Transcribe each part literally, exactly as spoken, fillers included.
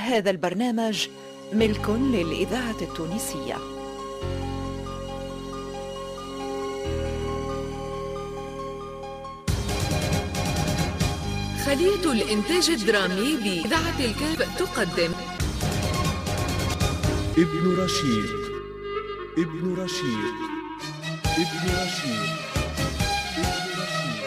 هذا البرنامج ملك للإذاعة التونسية. خلية الإنتاج الدرامي بإذاعة الكاف تقدم ابن رشيد ابن رشيد ابن رشيد ابن رشيد.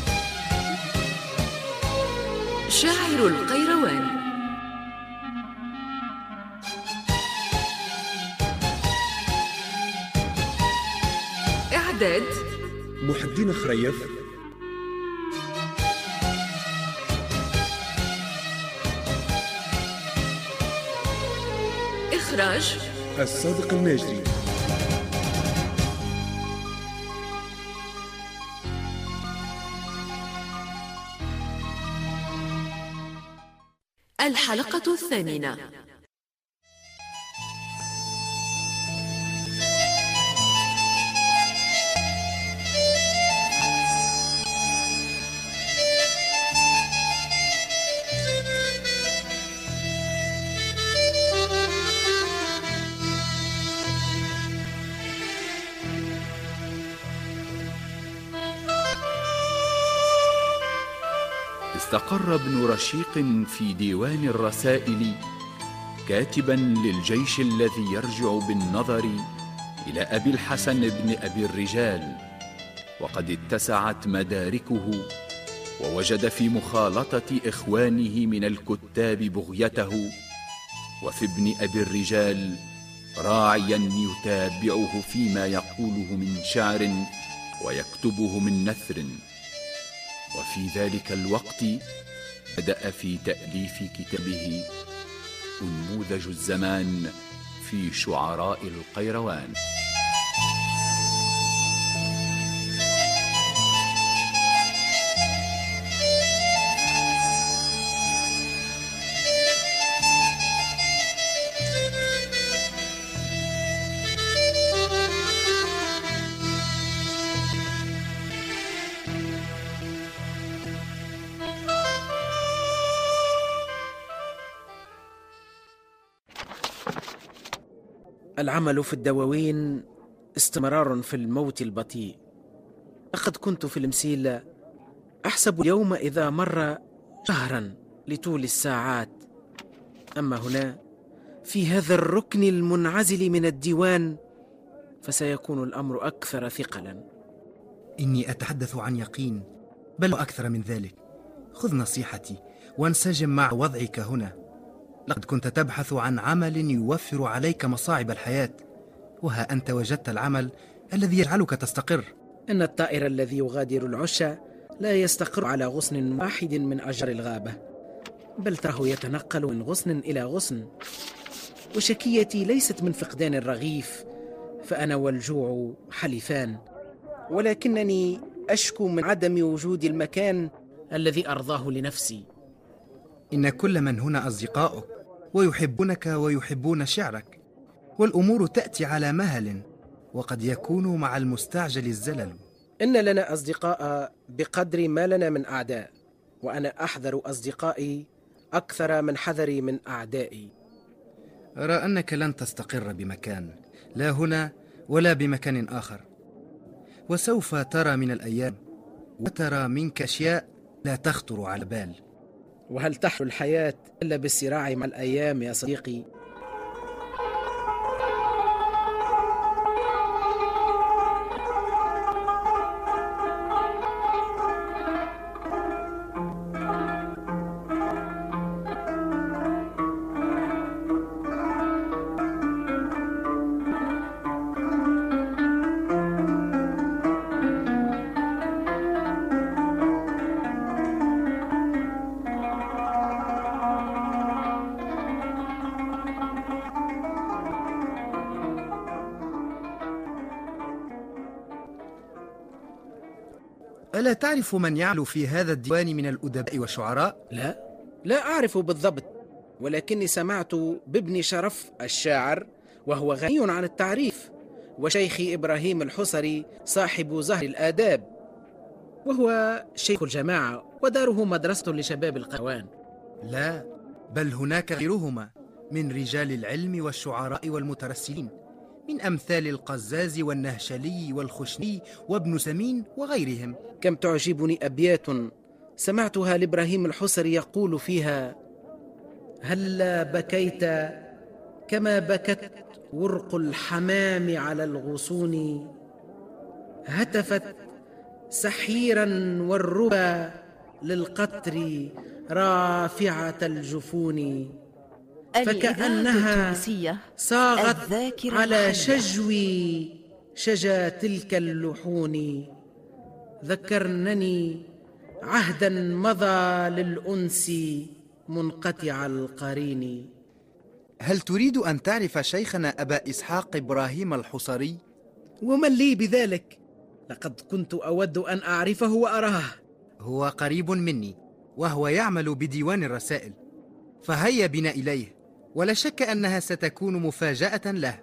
شاعر القيروان. إعداد محي الدين خريف. إخراج الصادق الماجري. الحلقة الثامنة. استقر ابن رشيق في ديوان الرسائل كاتبا للجيش الذي يرجع بالنظر إلى أبي الحسن بن أبي الرجال، وقد اتسعت مداركه ووجد في مخالطة إخوانه من الكتاب بغيته، وفي ابن أبي الرجال راعيا يتابعه فيما يقوله من شعر ويكتبه من نثر. وفي ذلك الوقت بدأ في تأليف كتابه أنموذج الزمان في شعراء القيروان. العمل في الدواوين استمرار في الموت البطيء. لقد كنت في المسيلة أحسب اليوم إذا مر شهرا لطول الساعات، أما هنا في هذا الركن المنعزل من الديوان فسيكون الأمر أكثر ثقلا. إني أتحدث عن يقين، بل أكثر من ذلك. خذ نصيحتي وانسجم مع وضعك هنا. لقد كنت تبحث عن عمل يوفر عليك مصاعب الحياة، وها أنت وجدت العمل الذي يجعلك تستقر. إن الطائر الذي يغادر العش لا يستقر على غصن واحد من أشجار الغابة، بل تراه يتنقل من غصن إلى غصن. وشكيتي ليست من فقدان الرغيف، فأنا والجوع حليفان، ولكنني أشكو من عدم وجود المكان الذي أرضاه لنفسي. إن كل من هنا أصدقاؤك ويحبونك ويحبون شعرك، والأمور تأتي على مهل، وقد يكون مع المستعجل الزلل. إن لنا أصدقاء بقدر ما لنا من أعداء، وأنا أحذر أصدقائي أكثر من حذري من أعدائي. أرى أنك لن تستقر بمكان، لا هنا ولا بمكان آخر، وسوف ترى من الأيام وترى منك أشياء لا تخطر على بال. وهل تحلو الحياة إلا بالصراع مع الأيام يا صديقي؟ ألا تعرف من يعلو في هذا الديوان من الأدباء والشعراء؟ لا، لا أعرف بالضبط، ولكني سمعت بابن شرف الشاعر وهو غني عن التعريف، وشيخ إبراهيم الحصري صاحب زهر الآداب، وهو شيخ الجماعة وداره مدرسة لشباب القيروان. لا، بل هناك غيرهما من رجال العلم والشعراء والمترسلين، من أمثال القزاز والنهشلي والخشني وابن سمين وغيرهم. كم تعجبني أبيات سمعتها لإبراهيم الحصري يقول فيها: هلا بكيت كما بكت ورق الحمام على الغصون، هتفت سحيرا والربا للقطر رافعة الجفون، فكأنها صاغت على شجو شجا تلك اللحون. ذكرنني عهدا مضى للأنس منقطع القرين. هل تريد أن تعرف شيخنا أبا إسحاق إبراهيم الحصري؟ ومن لي بذلك؟ لقد كنت أود أن أعرفه وأراه. هو قريب مني، وهو يعمل بديوان الرسائل، فهيا بنا إليه، ولا شك أنها ستكون مفاجأة له.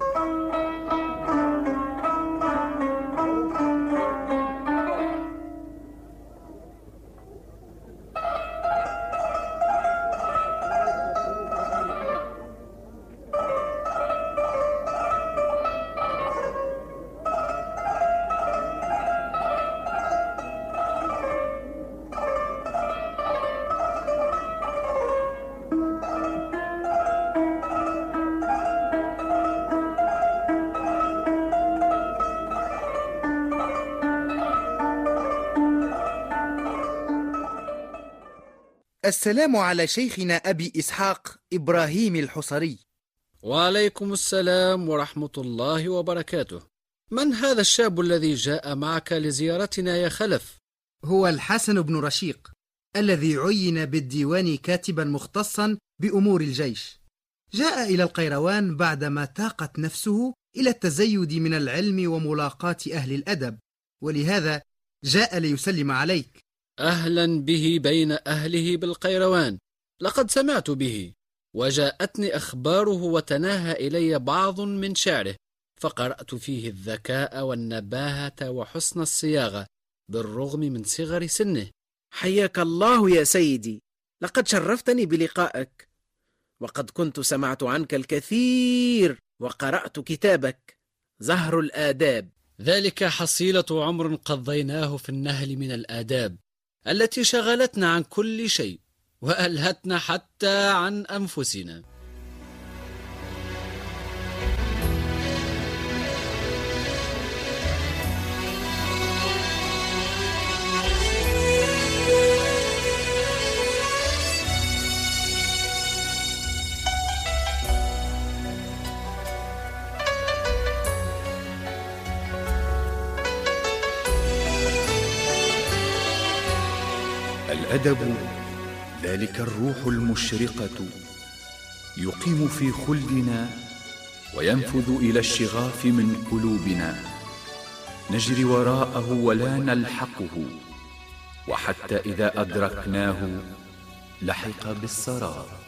السلام على شيخنا أبي إسحاق إبراهيم الحصري. وعليكم السلام ورحمة الله وبركاته. من هذا الشاب الذي جاء معك لزيارتنا يا خلف؟ هو الحسن بن رشيق، الذي عين بالديوان كاتبا مختصا بأمور الجيش. جاء إلى القيروان بعدما تاقت نفسه إلى التزيد من العلم وملاقاة أهل الأدب، ولهذا جاء ليسلم عليك. أهلا به بين أهله بالقيروان، لقد سمعت به وجاءتني أخباره، وتناهى إلي بعض من شعره، فقرأت فيه الذكاء والنباهة وحسن الصياغة بالرغم من صغر سنه. حياك الله يا سيدي، لقد شرفتني بلقائك، وقد كنت سمعت عنك الكثير وقرأت كتابك زهر الآداب. ذلك حصيلة عمر قضيناه في النهل من الآداب التي شغلتنا عن كل شيء وألهتنا حتى عن أنفسنا. الأدب ذلك الروح المشرقة يقيم في خلدنا وينفذ إلى الشغاف من قلوبنا، نجري وراءه ولا نلحقه، وحتى إذا أدركناه لحق بالسراب.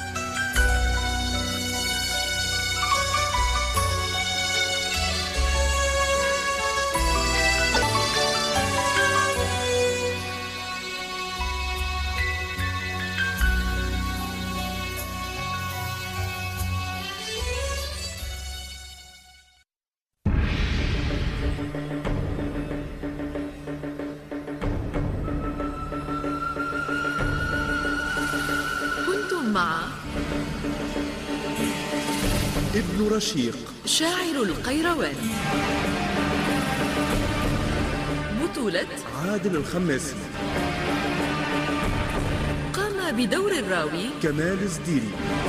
مع ابن رشيق شاعر القيروان، بطولة عادل الخماسي، قام بدور الراوي كمال الزديري،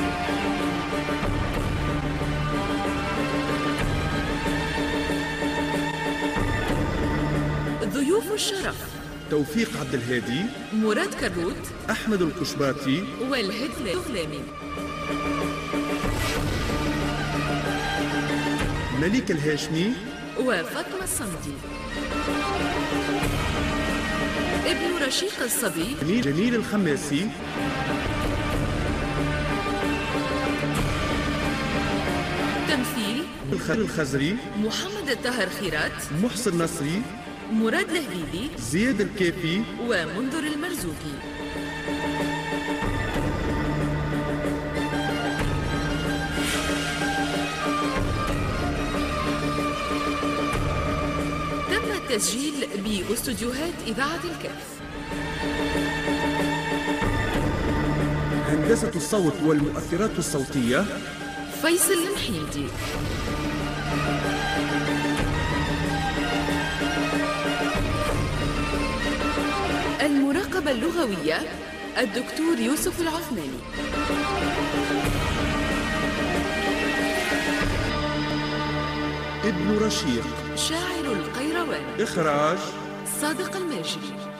ضيوف الشرف توفيق عبد الهادي، مراد كروت، أحمد القشباطي، والهدل الغلامي، مليك الهاشمي، وفاطمة الصمدي. ابن رشيق الصبي جميل الخماسي، تمثيل الخزري، محمد الطاهر خيرات، محسن نصري، مراد الهديدي، زياد الكافي، ومنذر المرزوقي. التسجيل باستوديوهات إذاعة الكهف. هندسة الصوت والمؤثرات الصوتية فيصل المحيدي. المراقبة اللغوية الدكتور يوسف العثماني. ابن رشيق شاعر القيروان. إخراج صادق الماجري.